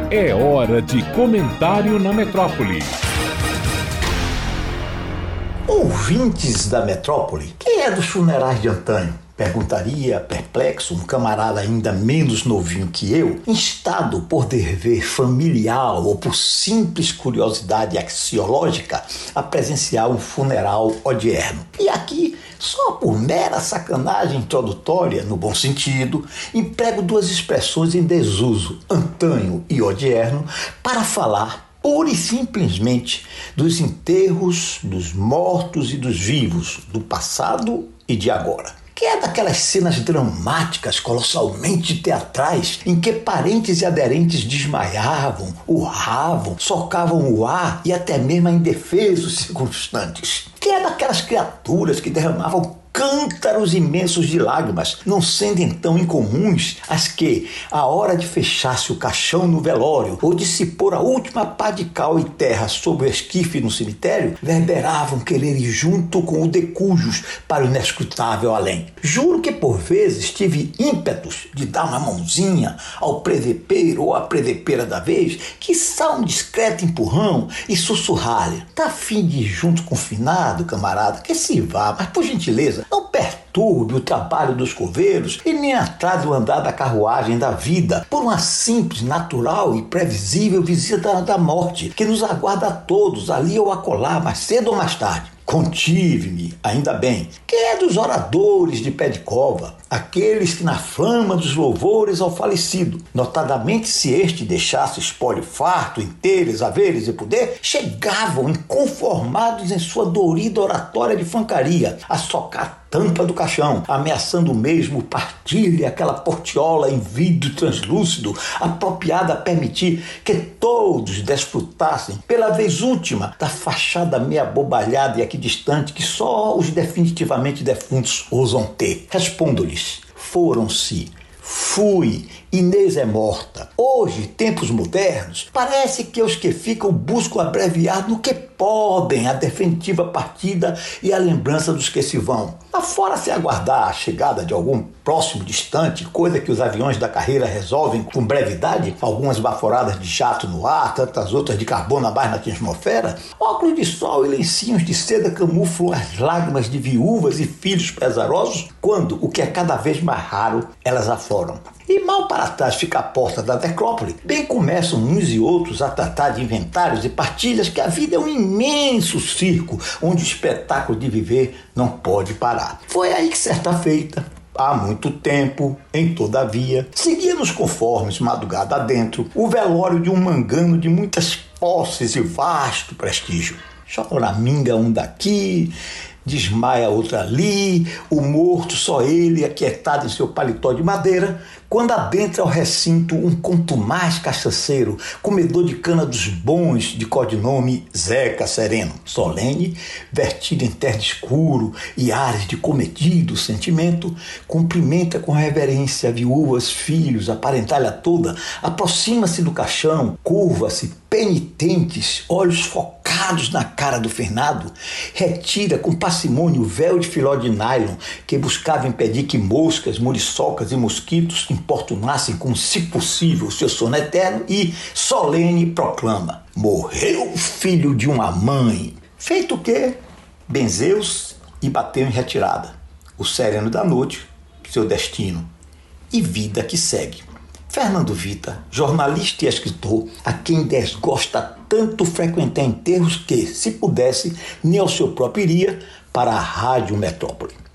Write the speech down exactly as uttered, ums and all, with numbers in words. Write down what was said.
É hora de comentário na metrópole. Ouvintes da metrópole, quem é dos funerais de antanho? Perguntaria, perplexo, um camarada ainda menos novinho que eu, instado por dever familiar ou por simples curiosidade axiológica a presenciar um funeral odierno. E aqui, só por mera sacanagem introdutória, no bom sentido, emprego duas expressões em desuso, antanho e odierno, para falar pura e simplesmente dos enterros, dos mortos e dos vivos, do passado e de agora. Que é daquelas cenas dramáticas, colossalmente teatrais, em que parentes e aderentes desmaiavam, urravam, socavam o ar e até mesmo indefesos circunstantes. Que é daquelas criaturas que derramavam cântaros imensos de lágrimas, não sendo então incomuns as que, à hora de fechar-se o caixão no velório ou de se pôr a última pá de cal e terra sobre o esquife no cemitério, verberavam querer ir junto com o decujos para o inescrutável além. Juro que por vezes tive ímpetos de dar uma mãozinha ao presepeiro ou à presepeira da vez, quiçá um discreto empurrão e sussurrar-lhe: tá afim de ir junto com o finado, camarada? Que se vá, mas por gentileza, não perturbe o trabalho dos coveiros e nem atrase o andar da carruagem da vida por uma simples, natural e previsível visita da morte que nos aguarda a todos ali ou acolá, mais cedo ou mais tarde. Contive-me, ainda bem, que é dos oradores de pé de cova, aqueles que na flama dos louvores ao falecido, notadamente se este deixasse espólio farto, inteiros, haveres e poder, chegavam inconformados em sua dorida oratória de fancaria, a socar a tampa do caixão, ameaçando mesmo partir-lhe aquela portiola em vidro translúcido, apropriada a permitir que todos desfrutassem, pela vez última, da fachada meia abobalhada e aqui distante que só os definitivamente defuntos ousam ter. Respondo-lhes: foram-se. Fui, Inês é morta. Hoje, tempos modernos, parece que os que ficam buscam abreviar no que podem a definitiva partida e a lembrança dos que se vão. Afora se aguardar a chegada de algum próximo distante, coisa que os aviões da carreira resolvem com brevidade, algumas baforadas de jato no ar, tantas outras de carbono abaixo na atmosfera, óculos de sol e lencinhos de seda camuflam as lágrimas de viúvas e filhos pesarosos, quando, o que é cada vez mais raro, elas afloram. E mal para trás fica a porta da necrópole, bem começam uns e outros a tratar de inventários e partilhas que a vida é um imenso circo, onde o espetáculo de viver não pode parar. Foi aí que certa feita, há muito tempo, em todavia, seguia nos conformes, madrugada adentro, o velório de um mangano de muitas posses e vasto prestígio. Choraminga um daqui, desmaia outra ali, o morto só ele, aquietado em seu paletó de madeira, quando adentra ao recinto um contumaz cachaceiro, comedor de cana dos bons, de codinome Zeca Sereno. Solene, vertido em terno escuro e ares de comedido sentimento, cumprimenta com reverência viúvas, filhos, a parentalha toda, aproxima-se do caixão, curva-se, penitentes, olhos focados na cara do Fernando, retira com parcimônia o véu de filó de nylon que buscava impedir que moscas, muriçocas e mosquitos importunassem com, se possível, o seu sono eterno e, solene, proclama: morreu filho de uma mãe. Feito o quê? Benzeu-se e bateu em retirada. O sereno da noite, seu destino. E vida que segue. Fernando Vita, jornalista e escritor, a quem desgosta tanto frequentar enterros que, se pudesse, nem ao seu próprio iria para a Rádio Metrópole.